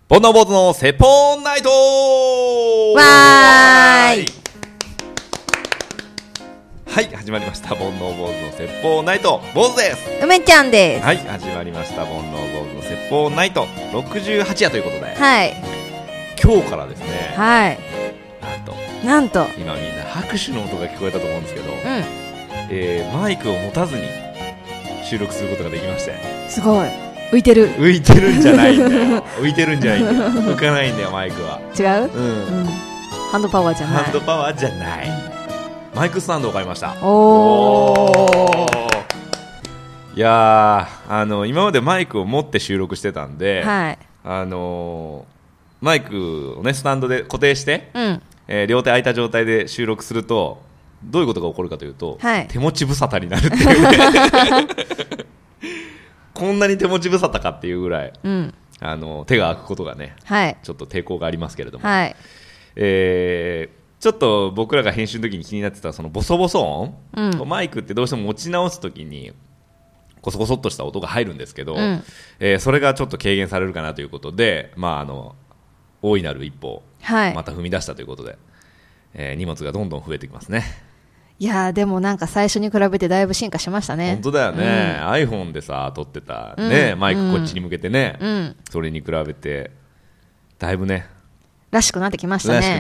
煩悩坊主の説法ナイトわーい。 はい、始まりました煩悩坊主の説法ナイト、坊主です。 梅ちゃんです。 はい、始まりました煩悩坊主の説法ナイト68夜ということで、 はい、 今日からですね、 はい、なんと今みんな拍手の音が聞こえたと思うんですけど、マイクを持たずに収録することができまして、 すごい浮いてるんじゃないんだよ浮いてるんじゃないんだよ、浮かないんだよマイクは。 違う、ハンドパワーじゃない、 ハンドパワーじゃない、マイクスタンドを買いました。 おー、 いやー、今までマイクを持って収録してたんで、 はい、 マイクをねスタンドで固定して、両手空いた状態で収録するとどういうことが起こるかというと、 はい、 手持ち無沙汰になるっていうねこんなに手持ち無沙汰かっていうぐらい、手が空くことがね、 はい、 ちょっと抵抗がありますけれども、 はい、 ちょっと僕らが編集の時に気になってたそのボソボソ音、マイクってどうしても持ち直す時にコソコソっとした音が入るんですけど、それがちょっと軽減されるかなということで、大いなる一歩をまた踏み出したということで、荷物がどんどん増えてきますね。 いやーでもなんか最初に比べてだいぶ進化しましたね。 本当だよね、iPhone でさ撮ってた、マイクこっちに向けてね、それに比べてだいぶねらしくなってきましたね。 はい。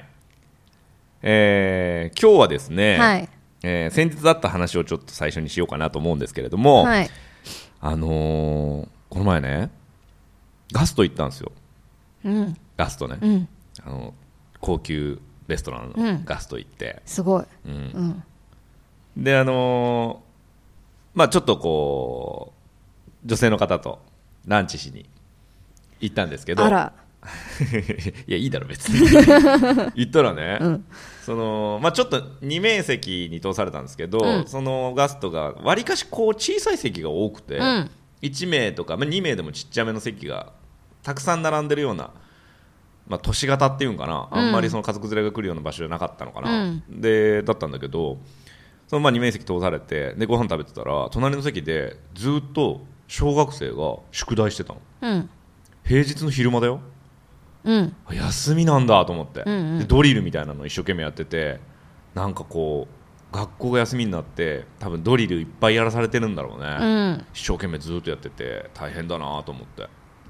今日はですね、はい、先日あった話をちょっと最初にしようかなと思うんですけれども、はい、この前ねガスト行ったんですよ、ガストね、高級レストランのガスト行って、 すごい、 でちょっとこう女性の方とランチしに行ったんですけど、 あらいやいいだろ別に行ったらね、ちょっと2名席に通されたんですけど、そのガストがわりかしこう小さい席が多くて、1名とか、2名でもちっちゃめの席がたくさん並んでるような、都市型っていうんかな、あんまりその家族連れが来るような場所じゃなかったのかな、だったんだけど、その2名席通されてでご飯食べてたら隣の席でずっと小学生が宿題してたの、平日の昼間だよ、休みなんだと思って、でドリルみたいなのを一生懸命やってて、なんかこう学校が休みになって多分ドリルいっぱいやらされてるんだろうね、一生懸命ずっとやってて大変だなと思って、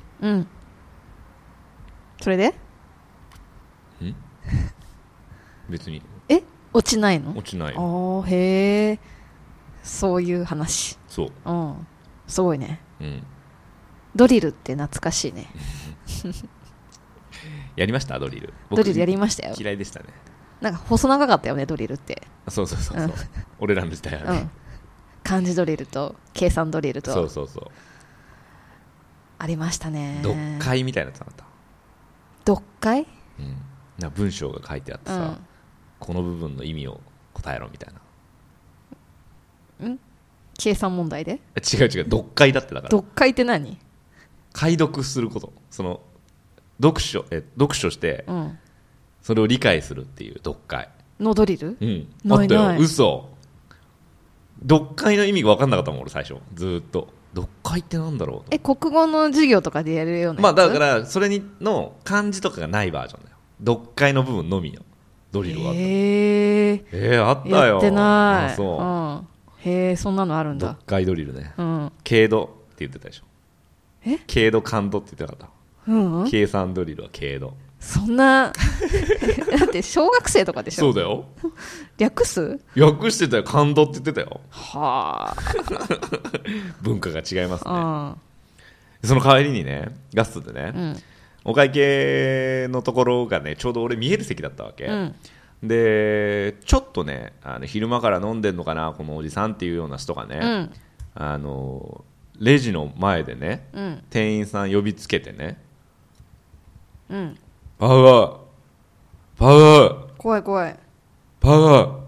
それで別に落ちないの？ 落ちないよ。 へえ、そういう話。 そう、 すごいね、ドリルって懐かしいねやりましたドリル。 ドリルやりましたよ。 嫌いでしたね。 なんか細長かったよねドリルって。 そう、俺らの時代はね、 漢字ドリルと計算ドリルとそうありましたね。 読解みたいなやつなかった？ 読解？ な文章が書いてあってさ、この部分の意味を答えろみたいな。 計算問題で？ 違う読解だって。だから読解って何？ 解読すること、その読書して、それを理解するっていう読解のドリル？ あったよ。嘘。読解の意味が分かんなかったもん俺最初ずっと。読解ってなんだろう。 国語の授業とかでやるようなやつ？ だからそれの漢字とかがないバージョンだよ。読解の部分のみのドリルがあった。あったよ。 やってない。 そう、 へえ、そんなのあるんだ。 読解ドリルね、経度って言ってたでしょ。経度感度って言ってなかった、計算ドリルは経度。 そんなだって小学生とかでしょ。 そうだよ。 略してたよ。感度って言ってたよ。 はあ文化が違いますね。その帰りにねガストでね、お会計のところがねちょうど俺見える席だったわけ、でちょっとね昼間から飲んでんのかなこのおじさんっていうような人がね、レジの前でね、店員さん呼びつけてね、パワー怖いパワ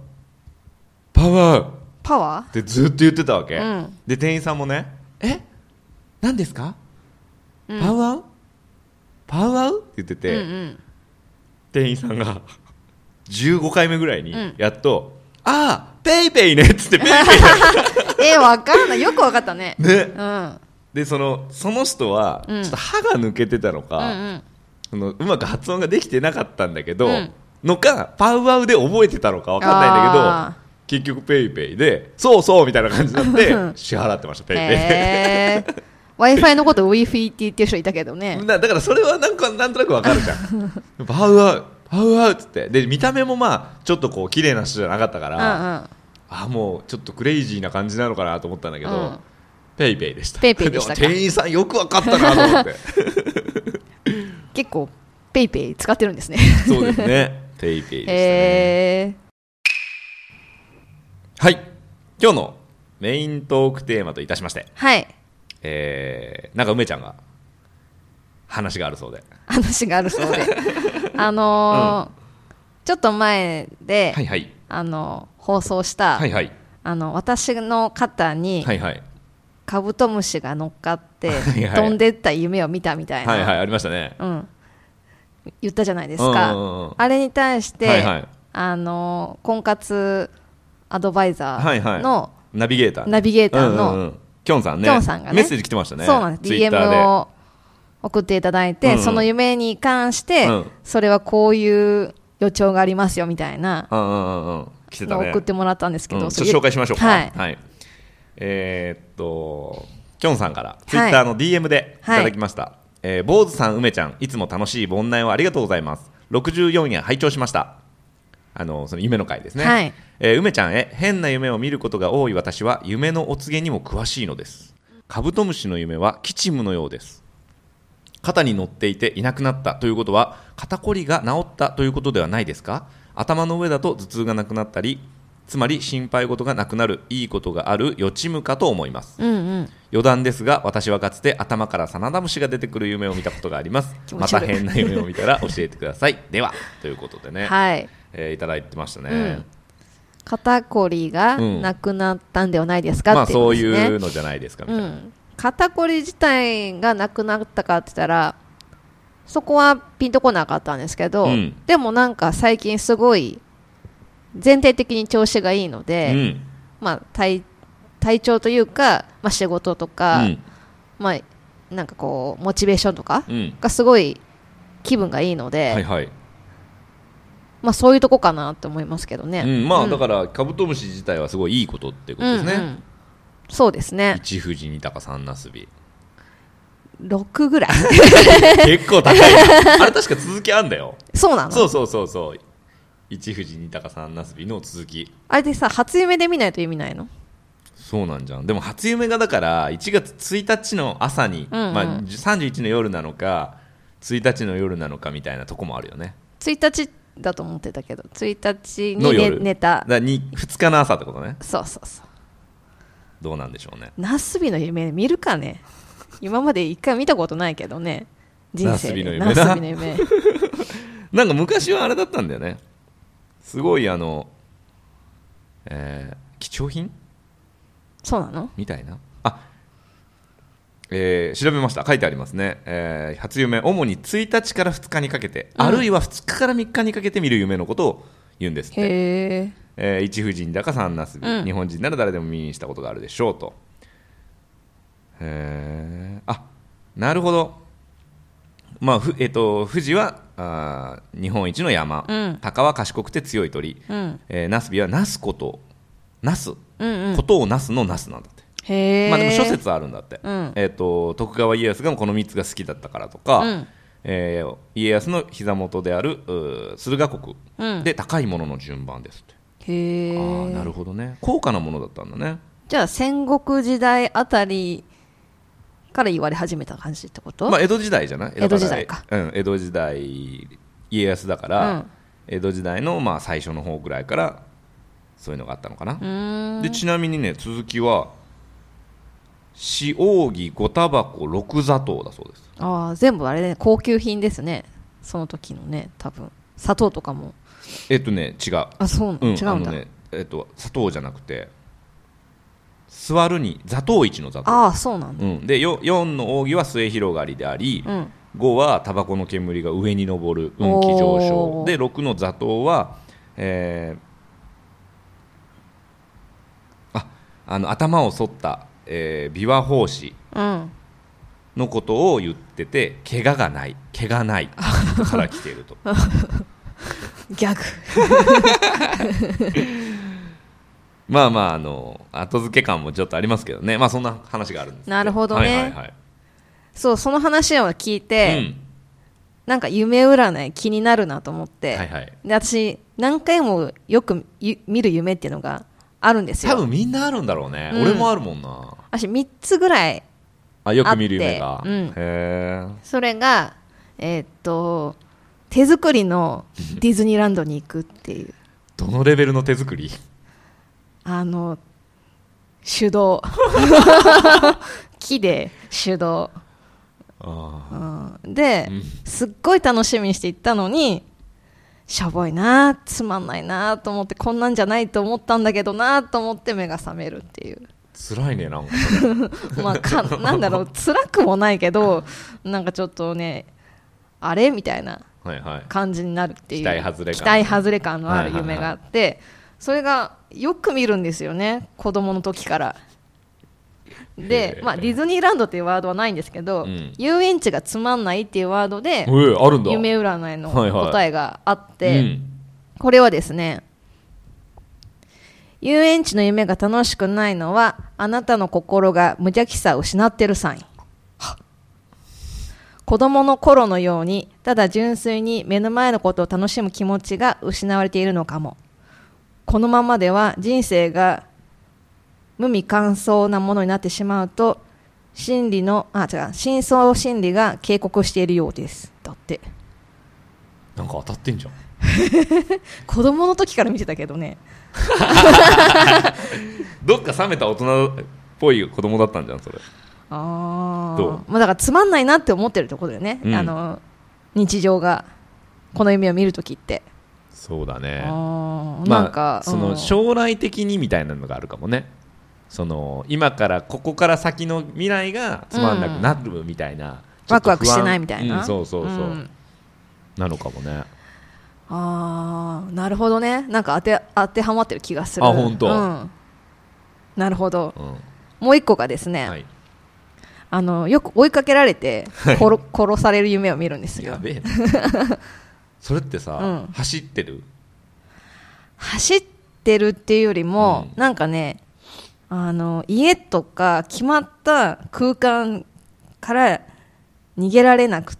ーってずっと言ってたわけ、で店員さんもね何ですか、パワーって言ってて、店員さんが15回目ぐらいにやっと、ペイペイねっつってペイペイわかんない。よくわかったね。 ね、 でその人はちょっと歯が抜けてたのか、うまく発音ができてなかったんだけど、のかパウワウで覚えてたのか分かんないんだけど、結局ペイペイでそうそうみたいな感じになって支払ってましたペイペイで。 Wi-Fi のこと Wi-Fi って言ってる人いたけどね。 だからそれはなんとなく分かるじゃん。パウワウっつって、で見た目もまあちょっとこう綺麗な人じゃなかったから、もうちょっとクレイジーな感じなのかなと思ったんだけど、ペイペイでした。 ペイペイでしたか。 でも店員さんよく分かったなと思って。 結構ペイペイ使ってるんですね。 そうですね。ペイペイでしたね。はい。今日のメイントークテーマといたしまして、 はい。 なんか梅ちゃんが話があるそうで。 話があるそうで。ちょっと前で、 はいはい、 放送した、 はいはい、 私の肩に、 はいはい、 カブトムシが乗っかって、 はいはい、 飛んでった夢を見たみたいな、 はいはい、ありましたね。 言ったじゃないですか。あれに対して、 はいはい、 婚活アドバイザーの、 はいはい、ナビゲーターの、きょんさんね、メッセージ来てましたね。 そうなんです。DM を送っていただいて、その夢に関して、それはこういう予兆がありますよみたいな来てたね、 送ってもらったんですけど、 ちょっと紹介しましょうか。 はいはい、きょんさんからツイッターの DM でいただきました。坊主さん、梅ちゃん、いつも楽しい盆内をありがとうございます。64夜拝聴しました。その夢の回ですね。 はい、 梅ちゃんへ、変な夢を見ることが多い私は夢のお告げにも詳しいのです。カブトムシの夢は吉夢のようです。肩に乗っていていなくなったということは肩こりが治ったということではないですか。頭の上だと頭痛がなくなったり、つまり心配事がなくなるいいことがある予知夢かと思います。余談ですが、私はかつて頭からサナダムシが出てくる夢を見たことがあります。また変な夢を見たら教えてください。ではということでね、 はい、 いただいてましたね。 肩こりがなくなったんではないですか、っていうそういうのじゃないですかみたいな。 肩こり自体がなくなったかって言ったらそこはピンとこなかったんですけど、でもなんか最近すごい全体的に調子がいいので、体調というか、仕事とか、なんかこうモチベーションとかがすごい気分がいいので、そういうとこかなと思いますけどね。 だからカブトムシ自体はすごいいいことってことですね。 そうですね。 一富士二鷹三なすび 6ぐらい結構高いな。あれ確か続きあんだよ。 そうなの。 そう一富士二鷹三なすびの続き。 あれでさ、初夢で見ないと意味ないの。 そうなんじゃん。でも初夢がだから1月1日の朝に、31の夜なのか1日の夜なのかみたいなとこもあるよね。 1日だと思ってたけど、1日に、寝ただ2日の朝ってことね。 そうどうなんでしょうね。 なすびの夢見るかね。今まで一回見たことないけどね、人生で。なすびの夢なんか昔はあれだったんだよね。すごい貴重品そうなのみたいな。調べました。書いてありますね。初夢、主に1日から2日にかけて、あるいは2日から3日にかけて見る夢のことを言うんですって。一富士二鷹三なすび、日本人なら誰でも耳にしたことがあるでしょうと。なるほど。富士は日本一の山、鷹は賢くて強い鳥、なすびはなすことことをなすのなすなんだって。でも諸説あるんだって。徳川家康がこの3つが好きだったからとか、家康の膝元である駿河国で高いものの順番ですって。なるほどね。高価なものだったんだね。 じゃあ戦国時代あたりから言われ始めた感じってこと？ 江戸時代じゃない？ 江戸時代か。 江戸時代家康だから、江戸時代の最初の方ぐらいからそういうのがあったのかな。でちなみにね、続きは四扇五タバコ六砂糖だそうです。 全部あれね、高級品ですね。その時のね、多分砂糖とかも違う。 そう、違うんだ。 砂糖じゃなくて座るに座頭市の座頭。 そうなんだ。 で4の扇は末広がりであり、5はタバコの煙が上に上る運気上昇で、6の座頭は、頭を剃った、琵琶法師のことを言ってて、怪我がないから来ているとギャグまあ後付け感もちょっとありますけどね。まあそんな話があるんです。 なるほどね、 はいはいはい、 そう、その話を聞いて、なんか夢占い気になるなと思って、 はいはい、 で私何回もよく見る夢っていうのがあるんですよ。 多分みんなあるんだろうね、俺もあるもんな。 私3つぐらいよく見る夢が、 へー。それが手作りのディズニーランドに行くっていうどのレベルの手作り？ 手動木で手動で、すっごい楽しみにして行ったのに、しょぼいな、つまんないなと思って、こんなんじゃないと思ったんだけどなと思って目が覚めるっていう。 辛いね、なんかまあなんだろう、辛くもないけど、なんかちょっとね、あれみたいな感じになるっていう、期待外れ感のある夢があって、それがよく見るんですよね、子供の時から。で、ディズニーランドっていうワードはないんですけど、遊園地がつまんないっていうワードで夢占いの答えがあって、これはですね、遊園地の夢が楽しくないのはあなたの心が無邪気さを失っているサイン。子供の頃のようにただ純粋に目の前のことを楽しむ気持ちが失われているのかも。このままでは人生が無味乾燥なものになってしまうと深層心理が警告しているようです。だってなんか当たってんじゃん子供の時から見てたけどねどっか冷めた大人っぽい子供だったんじゃんそれ。 どう？だからつまんないなって思ってるってことだよね、日常がこの夢を見るときって。 そうだね。 なんかその将来的にみたいなのがあるかもね。その今からここから先の未来がつまんなくなるみたいな、 ワクワクしてないみたいな、 そうそうそう、なのかもね。 なるほどね。なんか当てはまってる気がする。 本当、 なるほど、もう一個がですね、よく追いかけられて殺される夢を見るんですよ。 やべえそれってさ、走ってるっていうよりも、なんかね、家とか決まった空間から逃げられなくって、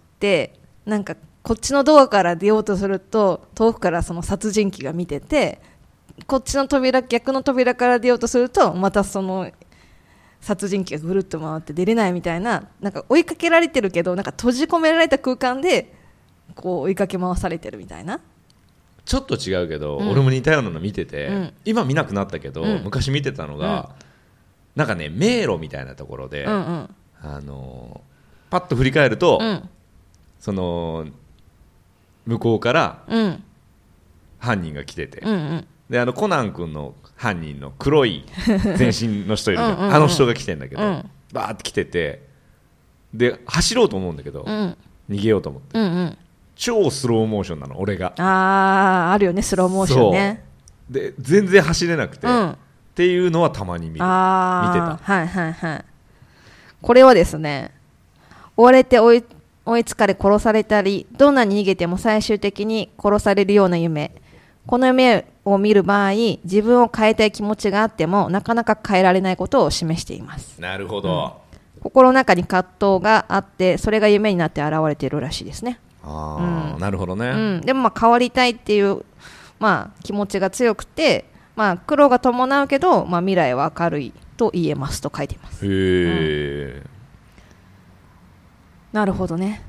なんかこっちのドアから出ようとすると遠くからその殺人鬼が見てて、こっちの逆の扉から出ようとするとまたその殺人鬼がぐるっと回って出れないみたいな、なんか追いかけられてるけどなんか閉じ込められた空間でこう追いかけ回されてるみたいな。 ちょっと違うけど、俺も似たようなの見てて、今見なくなったけど、昔見てたのが、なんかね迷路みたいなところで、パッと振り返ると、その向こうから犯人が来てて、でコナン君の犯人の黒い全身の人いるじゃん、あの人が来てんだけど、バーって来てて、で走ろうと思うんだけど、逃げようと思って、超スローモーションなの俺が。 あるよね、スローモーションね。 で全然走れなくて、っていうのはたまに見てた。 はいはいはい。これはですね、追われて追いつかれ殺されたり、どんなに逃げても最終的に殺されるような夢。この夢を見る場合、自分を変えたい気持ちがあってもなかなか変えられないことを示しています。 なるほど、 心の中に葛藤があって、それが夢になって現れているらしいですね。 なるほどね、 でも変わりたいっていう、気持ちが強くて、苦労が伴うけど、未来は明るいと言えますと書いています。 へなるほどね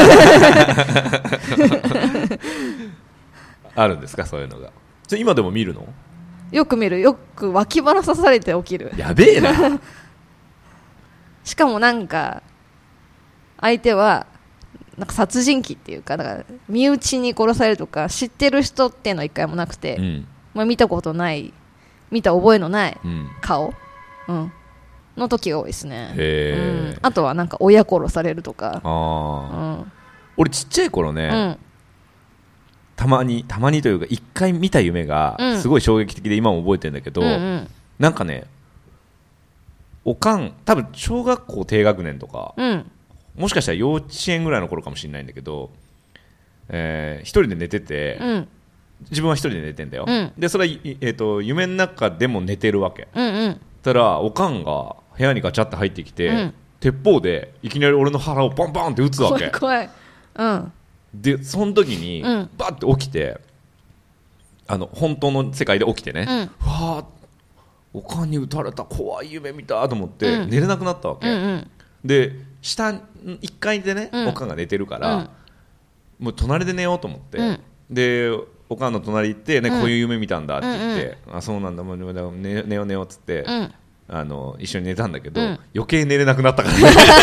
あるんですかそういうのが。今でも見るの？ よく見る。よく脇腹刺されて起きる。 やべえなしかもなんか相手はなんか殺人鬼っていうか、だから身内に殺されるとか知ってる人っていうのは一回もなくて、見たことない、見た覚えのない顔、の時が多いですね。あとはなんか親殺されるとか。 俺ちっちゃい頃ね、たまにというか一回見た夢がすごい衝撃的で今も覚えてるんだけど、なんかね、多分小学校低学年とか、 もしかしたら幼稚園ぐらいの頃かもしれないんだけど、一人で寝てて、うん、自分は一人で寝てんだよ、うん、でそれは、夢の中でも寝てるわけ、うんうん、たらおかんが部屋にガチャって入ってきて、うん、鉄砲でいきなり俺の腹をバンバンって撃つわけ。 怖い、うん、 でその時に、うん、バッて起きて、本当の世界で起きてね、うん、わーおかんに撃たれた、怖い夢見たと思って、うん、寝れなくなったわけ、うんうん、で下1階でね、うん、おかんが寝てるから、うん、もう隣で寝ようと思って、うん、でおかんの隣行って、ね、こういう夢見たんだって言って、うんうん、あそうなんだ、もう寝よう寝ようっつって、うん、一緒に寝たんだけど、うん、余計寝れなくなったからね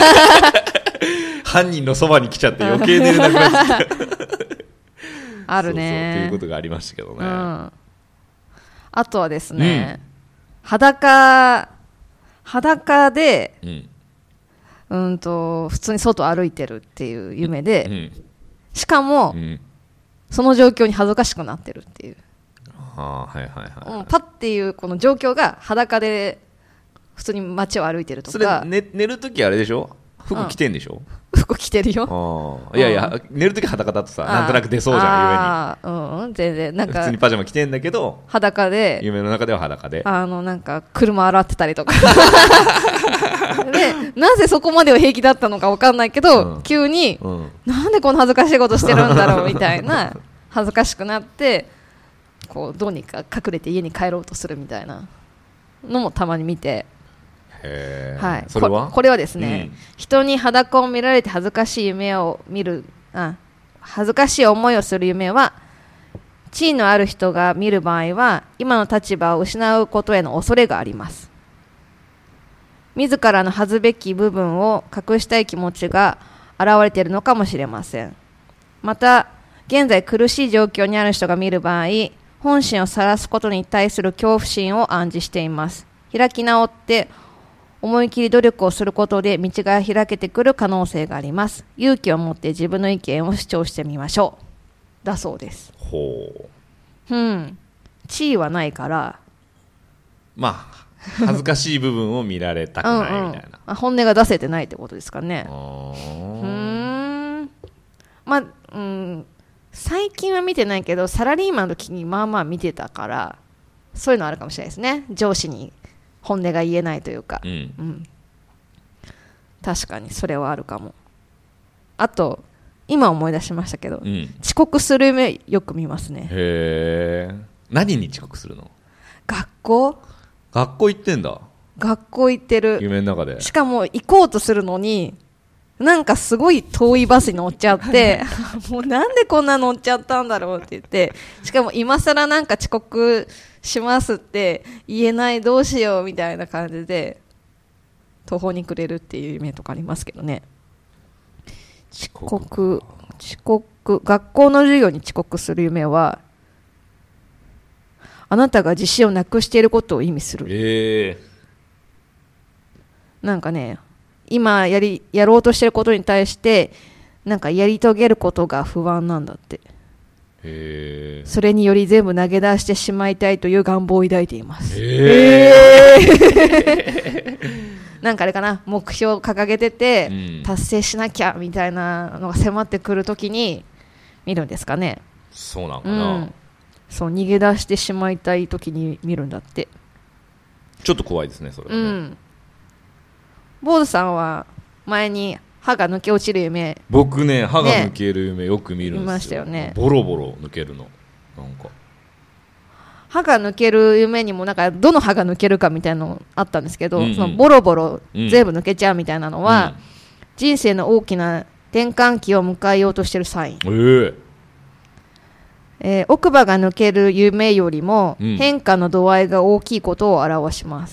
犯人のそばに来ちゃって余計寝れなくなっちゃってあるねそうそうっていうことがありましたけどね、うん、 あとはですね、うん、裸で、普通に外歩いてるっていう夢で、うん、しかも、うん、その状況に恥ずかしくなってるっていう、 はいはいはい、 パッっていうこの状況が裸で普通に街を歩いてるとか。 それ、寝るときあれでしょ、服着てんでしょ、 服着てるよ。 いやいや、寝るとき裸だとさ、なんとなく出そうじゃん、 夢に。全然なんか普通にパジャマ着てんだけど裸で、 夢の中では裸で、 なんか車洗ってたりとかで、なぜそこまでは平気だったのか分かんないけど、急に、なんでこんな恥ずかしいことしてるんだろうみたいな恥ずかしくなって、こうどうにか隠れて家に帰ろうとするみたいなのもたまに見て、はい、 それはこれはですね、人に裸を見られて恥ずかしい夢を見る、恥ずかしい思いをする夢は、地位のある人が見る場合は今の立場を失うことへの恐れがあります。自らの恥ずべき部分を隠したい気持ちが現れているのかもしれません。また現在苦しい状況にある人が見る場合、本心を晒すことに対する恐怖心を暗示しています。開き直って思い切り努力をすることで道が開けてくる可能性があります。勇気を持って自分の意見を主張してみましょう。だそうです。 ほう。地位はないから、 まあ恥ずかしい部分を見られたくないみたいな本音が出せてないってことですかね。まあ、最近は見てないけど、サラリーマンの時にまあまあ見てたから、そういうのあるかもしれないですね。上司に本音が言えないというか、確かにそれはあるかも。あと今思い出しましたけど、遅刻する夢よく見ますね。 へー、何に遅刻するの？ 学校行ってんだ。 学校行ってる。 夢の中で。 しかも行こうとするのに、なんかすごい遠いバスに乗っちゃってもうなんでこんな乗っちゃったんだろうって言って、しかも今更なんか遅刻しますって言えない、どうしようみたいな感じで途方に暮れるっていう夢とかありますけどね。遅刻、学校の授業に遅刻する夢は、あなたが自信をなくしていることを意味する。なんかね、今やろうとしていることに対してなんかやり遂げることが不安なんだって。それにより全部投げ出してしまいたいという願望を抱いています。なんかあれかな、目標を掲げてて、達成しなきゃみたいなのが迫ってくるときに見るんですかね。 そうなんかな、 そう、逃げ出してしまいたいときに見るんだって。 ちょっと怖いですね、それはね。 坊主さんは前に歯が抜け落ちる夢、 僕ね、歯が抜ける夢よく見るんですよ。 見ましたよね。 ボロボロ抜けるの。なんか歯が抜ける夢にもなんかどの歯が抜けるかみたいなのあったんですけど、そのボロボロ全部抜けちゃうみたいなのは、人生の大きな転換期を迎えようとしてるサイン。奥歯が抜ける夢よりも変化の度合いが大きいことを表します。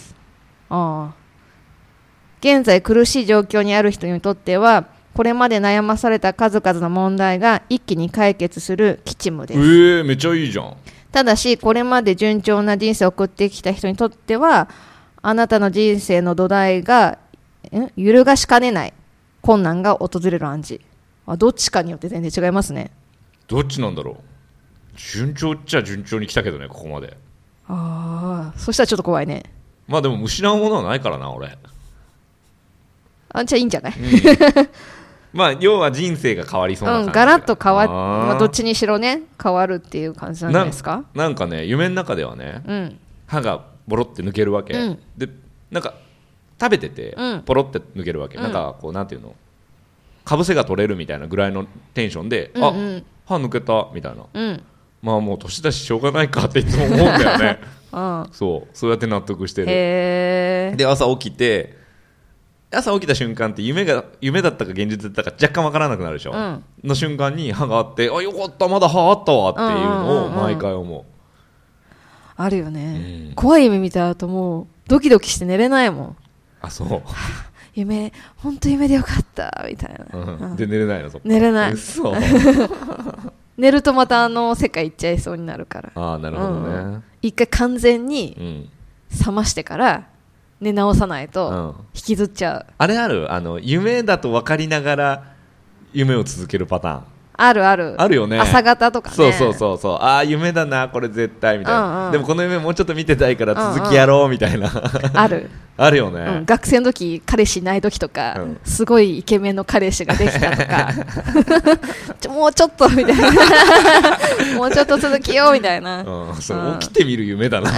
現在苦しい状況にある人にとっては、これまで悩まされた数々の問題が一気に解決する吉夢です。 めっちゃいいじゃん。 ただし、これまで順調な人生を送ってきた人にとっては、あなたの人生の土台が揺るがしかねない困難が訪れる暗示。どっちかによって全然違いますね。 どっちなんだろう。順調っちゃ順調に来たけどね、ここまで。 そしたらちょっと怖いね。 まあでも失うものはないからな、俺。 じゃあいいんじゃない、 まあ要は人生が変わりそうな感じ、 ガラッと変わまあ、どっちにしろね変わるっていう感じなんじゃないですか。 なんかね夢の中ではね、歯がボロって抜けるわけ、でなんか食べててポロって抜けるわけ、なんかこうなんていうのかぶせが取れるみたいなぐらいのテンションで、あ歯抜けたみたいな、まあもう年だししょうがないかっていつも思うんだよねそうやって納得してる。で朝起きた瞬間って夢だったか現実だったか若干わからなくなるでしょ、の瞬間に歯があって、あよかったまだ歯あったわっていうのを毎回思う、 あるよね、怖い夢見た後もうドキドキして寝れないもん。 あそう本当夢でよかったみたいな、 で寝れないの？ 寝れない。 嘘寝るとまた世界行っちゃいそうになるから。 ああなるほどね、 一回完全に覚ましてから寝直さないと引きずっちゃう、 あれある夢だと分かりながら夢を続けるパターンあるよね。朝方とかね。 そうああ夢だなこれ絶対みたいな、でもこの夢もうちょっと見てたいから続きやろうみたいな、あるよね、 学生の時彼氏いない時とか、すごいイケメンの彼氏ができたとかもうちょっとみたいなもうちょっと続きようみたいな、 それ起きてみる夢だな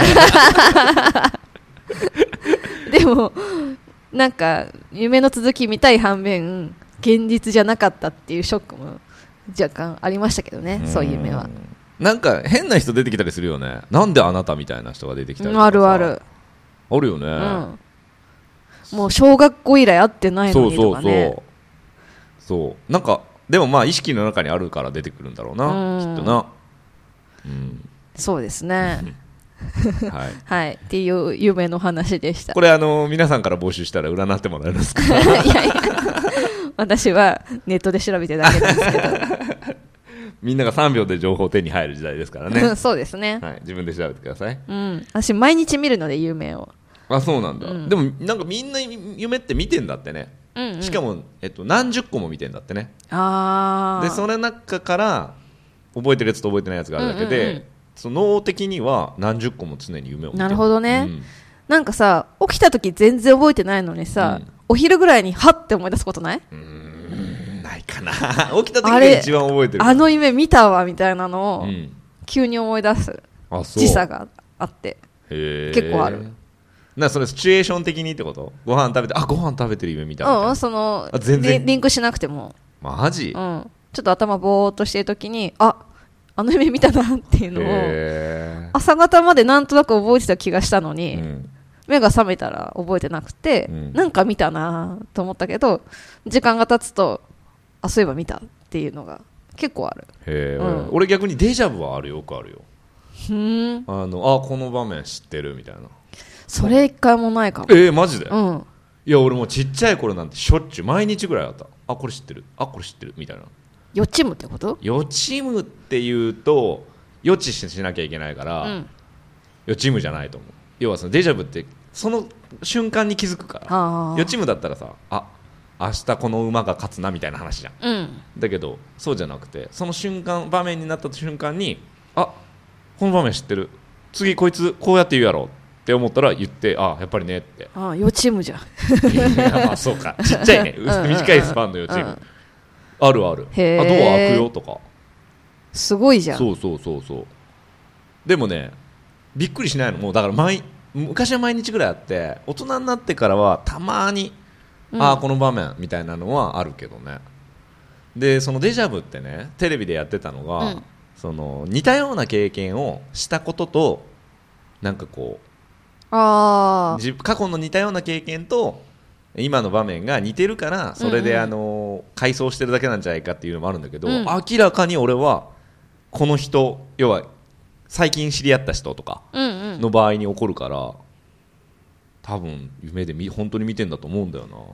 でもなんか夢の続き見たい反面現実じゃなかったっていうショックも若干ありましたけどね、そういう夢は。 なんか変な人出てきたりするよね。なんであなたみたいな人が出てきたりとかさ、 あるよね、 もう小学校以来会ってないのにとかね。 そうなんかでもまあ意識の中にあるから出てくるんだろうな、きっとな、 そうですねはい、 っていう夢の話でした。 これ皆さんから募集したら占ってもらえますかいや私はネットで調べてるだけなんですけどみんなが3秒で情報手に入る時代ですからねそうですね、 自分で調べてください、 私毎日見るので夢を。 あそうなんだ、でもなんかみんな夢って見てんだってね、しかも、何十個も見てんだってね。でその中から覚えてるやつと覚えてないやつがあるだけで、その脳的には何十個も常に夢を見てる。 なるほどね、なんかさ起きた時全然覚えてないのにさ、お昼ぐらいにハッて思い出すことない？ ないかな起きた時が一番覚えてる。 あの夢見たわみたいなのを、急に思い出す時差があって結構ある。 それシチュエーション的にってこと？ご飯食べてご飯食べてる夢見たその全然リンクしなくてもマジ？ ちょっと頭ぼーっとしてる時にあの夢見たなっていうのを朝方までなんとなく覚えてた気がしたのに、目が覚めたら覚えてなくて、なんか見たなと思ったけど時間が経つとそういえば見たっていうのが結構ある。 俺逆にデジャブはよくあるよ。この場面知ってるみたいな。 それ一回もないかも。 マジで？いや俺もちっちゃい頃なんてしょっちゅう毎日ぐらいあった。これ知ってるこれ知ってるみたいな。 予知夢ってこと？ 予知夢っていうと予知しなきゃいけないから、予知夢じゃないと思う。要はそのデジャブってその瞬間に気づくから。予知夢だったらさ明日この馬が勝つなみたいな話じゃん、だけどそうじゃなくてその瞬間場面になった瞬間にこの場面知ってる次こいつこうやって言うやろって思ったら言ってやっぱりねって予知夢じゃんまあそうかちっちゃいね短いスパンの予知夢、あるドア開くよとかすごいじゃん。 そうでもねびっくりしないのもうだから昔は毎日ぐらいあって大人になってからはたまにこの場面みたいなのはあるけどね。でそのデジャブってねテレビでやってたのが、その似たような経験をしたこととなんかこう過去の似たような経験と今の場面が似てるからそれで回想してるだけなんじゃないかっていうのもあるんだけど、明らかに俺はこの人要は最近知り合った人とかの場合に起こるから、多分夢で本当に見てんだと思うんだよな。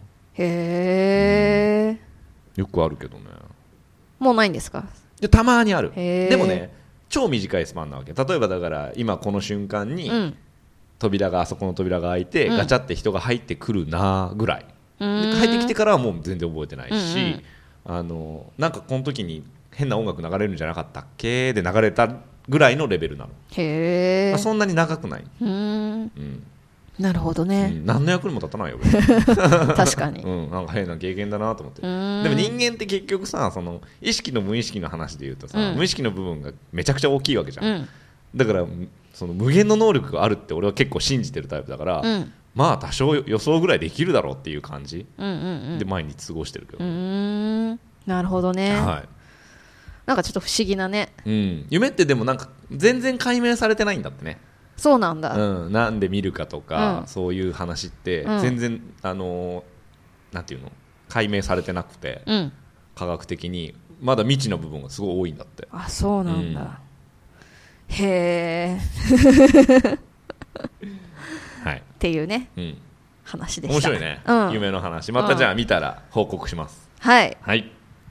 よくあるけどね。 もうないんですか？ たまにある。でもね超短いスパンなわけ。例えばだから今この瞬間に、あそこの扉が開いて、ガチャって人が入ってくるなぐらいで入ってきてからはもう全然覚えてないし、なんかこの時に変な音楽流れるんじゃなかったっけで流れたぐらいのレベルなの。そんなに長くない。 なるほどね、 何の役にも立たないよ確かに、 なんか変な経験だなと思って。でも人間って結局さ、その意識の無意識の話で言うとさ、無意識の部分がめちゃくちゃ大きいわけじゃん、だからその無限の能力があるって俺は結構信じてるタイプだから、まあ多少予想ぐらいできるだろうっていう感じで毎日過ごしてるけど、 なるほどね、 はい、 なんかちょっと不思議なね、 夢ってでもなんか全然解明されてないんだってね。 そうなんだ、 なんで見るかとか、そういう話って全然、なんていうの、解明されてなくて、科学的にまだ未知の部分がすごい多いんだって。 あ、そうなんだ、へえはい、っていうね、話でした。 面白いね、夢の話。またじゃあ見たら報告します。 はいはい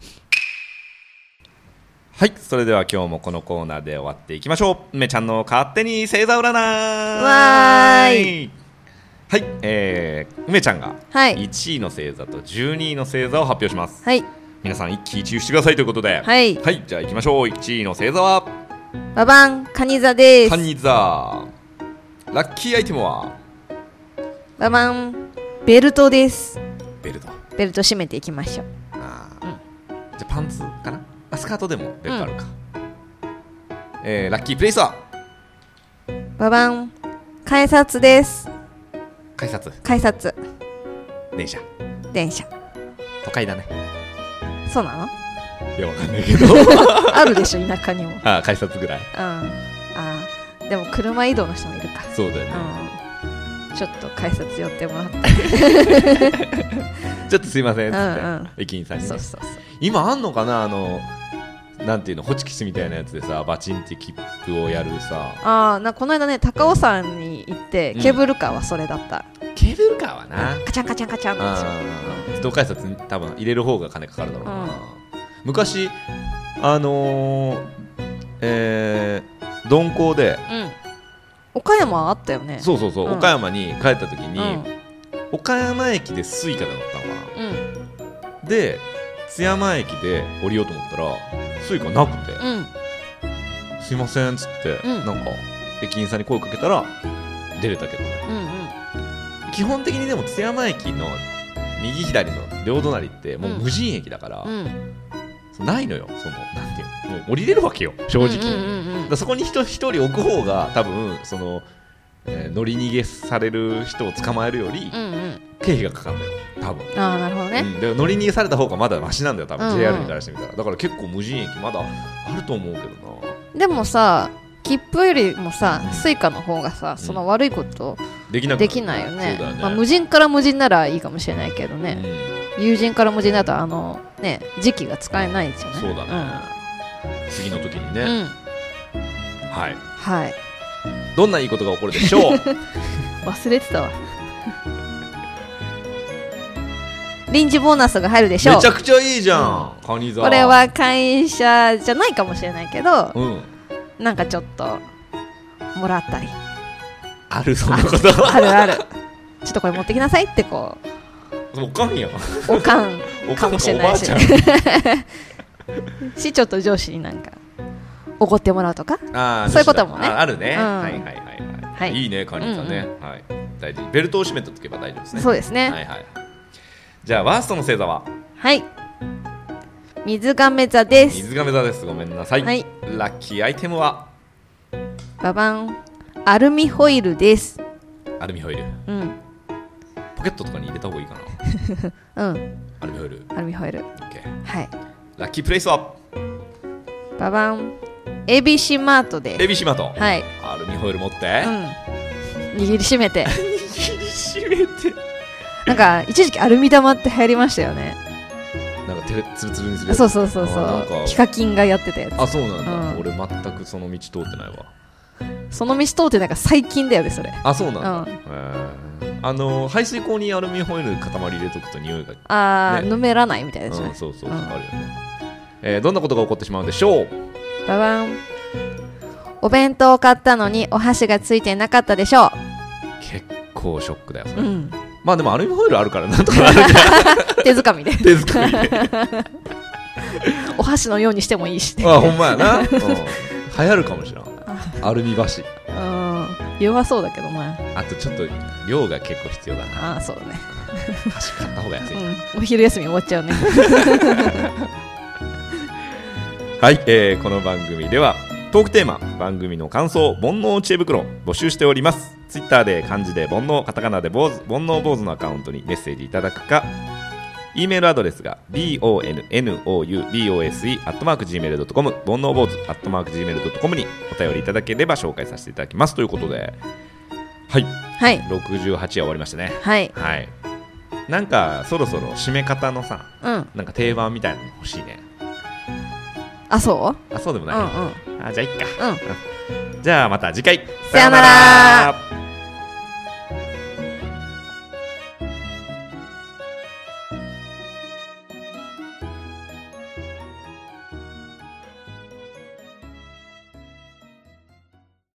はい、それでは今日もこのコーナーで終わっていきましょう。梅ちゃんの勝手に星座占い。 わーい。 はい、梅ちゃんが1位の星座と12位の星座を発表します。 はい、 皆さん一喜一憂してくださいということで、 はい、 はい、じゃあ行きましょう。1位の星座はババン、蟹座です。 蟹座。ラッキーアイテムはババン、ベルトです。 ベルト締めていきましょう。 じゃあパンツかな。スカートでもベルトあるか、ラッキープレイスはババン、改札です。 改札電車都会だね。 そうなの？ いやわかんないけどあるでしょ、田舎にも。 改札ぐらい。 でも車移動の人もいるか。 そうだよね、 ちょっと改札寄ってもらってちょっとすいませんっつって、駅員さんにね。そう今あんのかな、なんていうの、ホチキスみたいなやつでさ、バチンって切符をやるさ。 この間ね、高尾山に行って、ケーブルカーはそれだった。 ケーブルカーはな、 カチャンカチャンカチャンって自動改札に多分入れる方が金かかるだろうな、昔鈍行で、 岡山あったよね。 そう、岡山に帰った時に、岡山駅でスイカで乗ったのかな、で津山駅で降りようと思ったらスイカなくて、すいませんっつって、なんか駅員さんに声かけたら出れたけどね、基本的にでも津山駅の右左の両隣ってもう無人駅だから、ないのよ、なんていうの、もう降りれるわけよ正直、だそこに人一人置く方が多分乗り逃げされる人を捕まえるより、経費がかかるんだよ多分。 なるほどね、 で乗り逃げされた方がまだマシなんだよ多分、JR にからしてみたら。だから結構無人駅まだあると思うけどな。 でもさ、切符よりもさ、スイカの方がさ、その悪いことできないよね。無人から無人ならいいかもしれないけどね、友人から無人だと時期が使えないですよね。 そうだね、次の時にね、はい、どんないいことが起こるでしょう忘れてたわ臨時ボーナスが入るでしょう。 めちゃくちゃいいじゃん、蟹座。 これは会社じゃないかもしれないけど、なんかちょっともらったり。 ある、そんなことあるちょっとこれ持ってきなさいってこう、おかんやおかんかもしれないしちょっと上司になんかおごってもらうとか、そういうこともねあるね、いいね、カニさんね、大事。ベルトを締めておけば大丈夫ですね。 そうですね、 じゃあワーストの星座は水亀座です。 水亀座です。ごめんなさい、ラッキーアイテムはババン、アルミホイルです。 アルミホイル、ポケットとかに入れた方がいいかなアルミホイル、ラッキープレイスはババン、ABC マートです。 ABC マート、アルミホイル持って、 握りしめてなんか一時期アルミ玉って流行りましたよね。 なんかツルツルにするやつ。 そうヒカキンがやってたやつ。そうなんだ、俺全くその道通ってないわ。 その道通ってなんか最近だよねそれ。 そうなんだ、排水口にアルミホイル塊入れとくと匂いがぬめらないみたいですね。 そうあるよね。どんなことが起こってしまうんでしょう。 ババン、お弁当を買ったのにお箸がついてなかったでしょう。 結構ショックだよそれ、まあでもアルミホイルあるからなんとかなる手づかみでお箸のようにしてもいいし、 ほんまやな、流行るかもしれんアルミ箸。 弱そうだけどな。 あとちょっと量が結構必要だな。 あ、そうだね。 箸買った方が安い、 お昼休み終わっちゃうね。 はい、この番組ではトークテーマ、番組の感想、煩悩知恵袋募集しております。ツイッターで漢字で煩悩、カタカナで坊主、煩悩坊主のアカウントにメッセージいただくか、E メールアドレスが bonnoubose@gmail.com、 煩悩坊主 @gmail.com にお便りいただければ紹介させていただきますということで、はい、 はい、 68話終わりましたね。 はい、 はい、なんかそろそろ締め方のさ、なんか定番みたいなの欲しいね。 あ、そう？ あ、そうでもない。あ、じゃあいっか。じゃあまた次回。 さよなら。